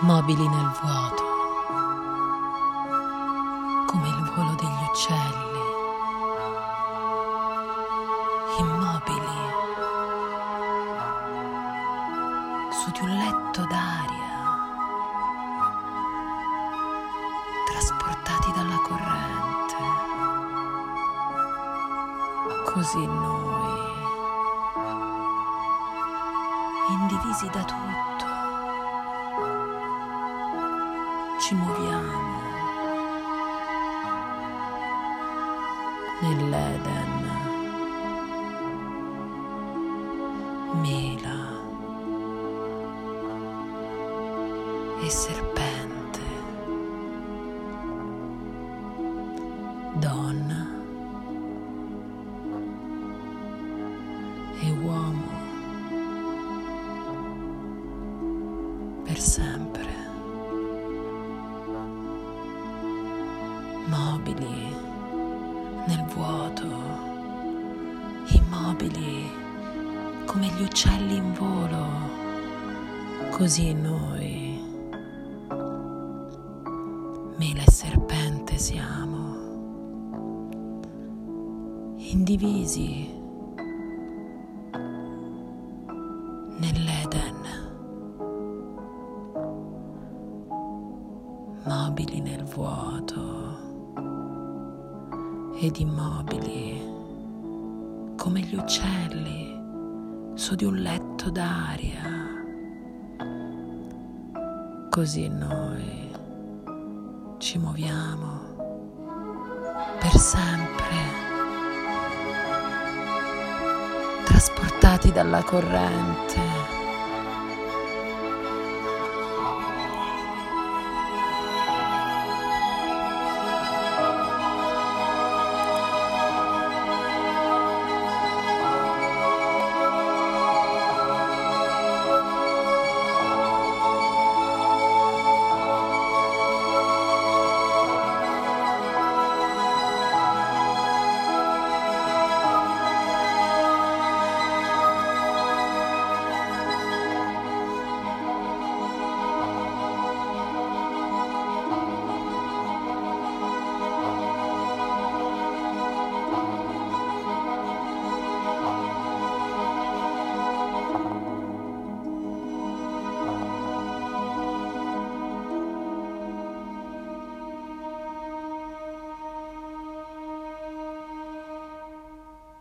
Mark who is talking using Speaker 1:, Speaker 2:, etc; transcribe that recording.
Speaker 1: mobili nel vuoto, come il volo degli uccelli, immobili su di un letto d'aria, trasportati dalla corrente. Così noi, indivisi da tutto, ci muoviamo nell'Eden. Mela e serpente, donna e uomo, per sempre. Mobili nel vuoto, immobili come gli uccelli in volo, così noi, mela e serpente siamo, indivisi nell'Eden, mobili nel vuoto ed immobili come gli uccelli su di un letto d'aria. Così noi ci muoviamo per sempre, trasportati dalla corrente.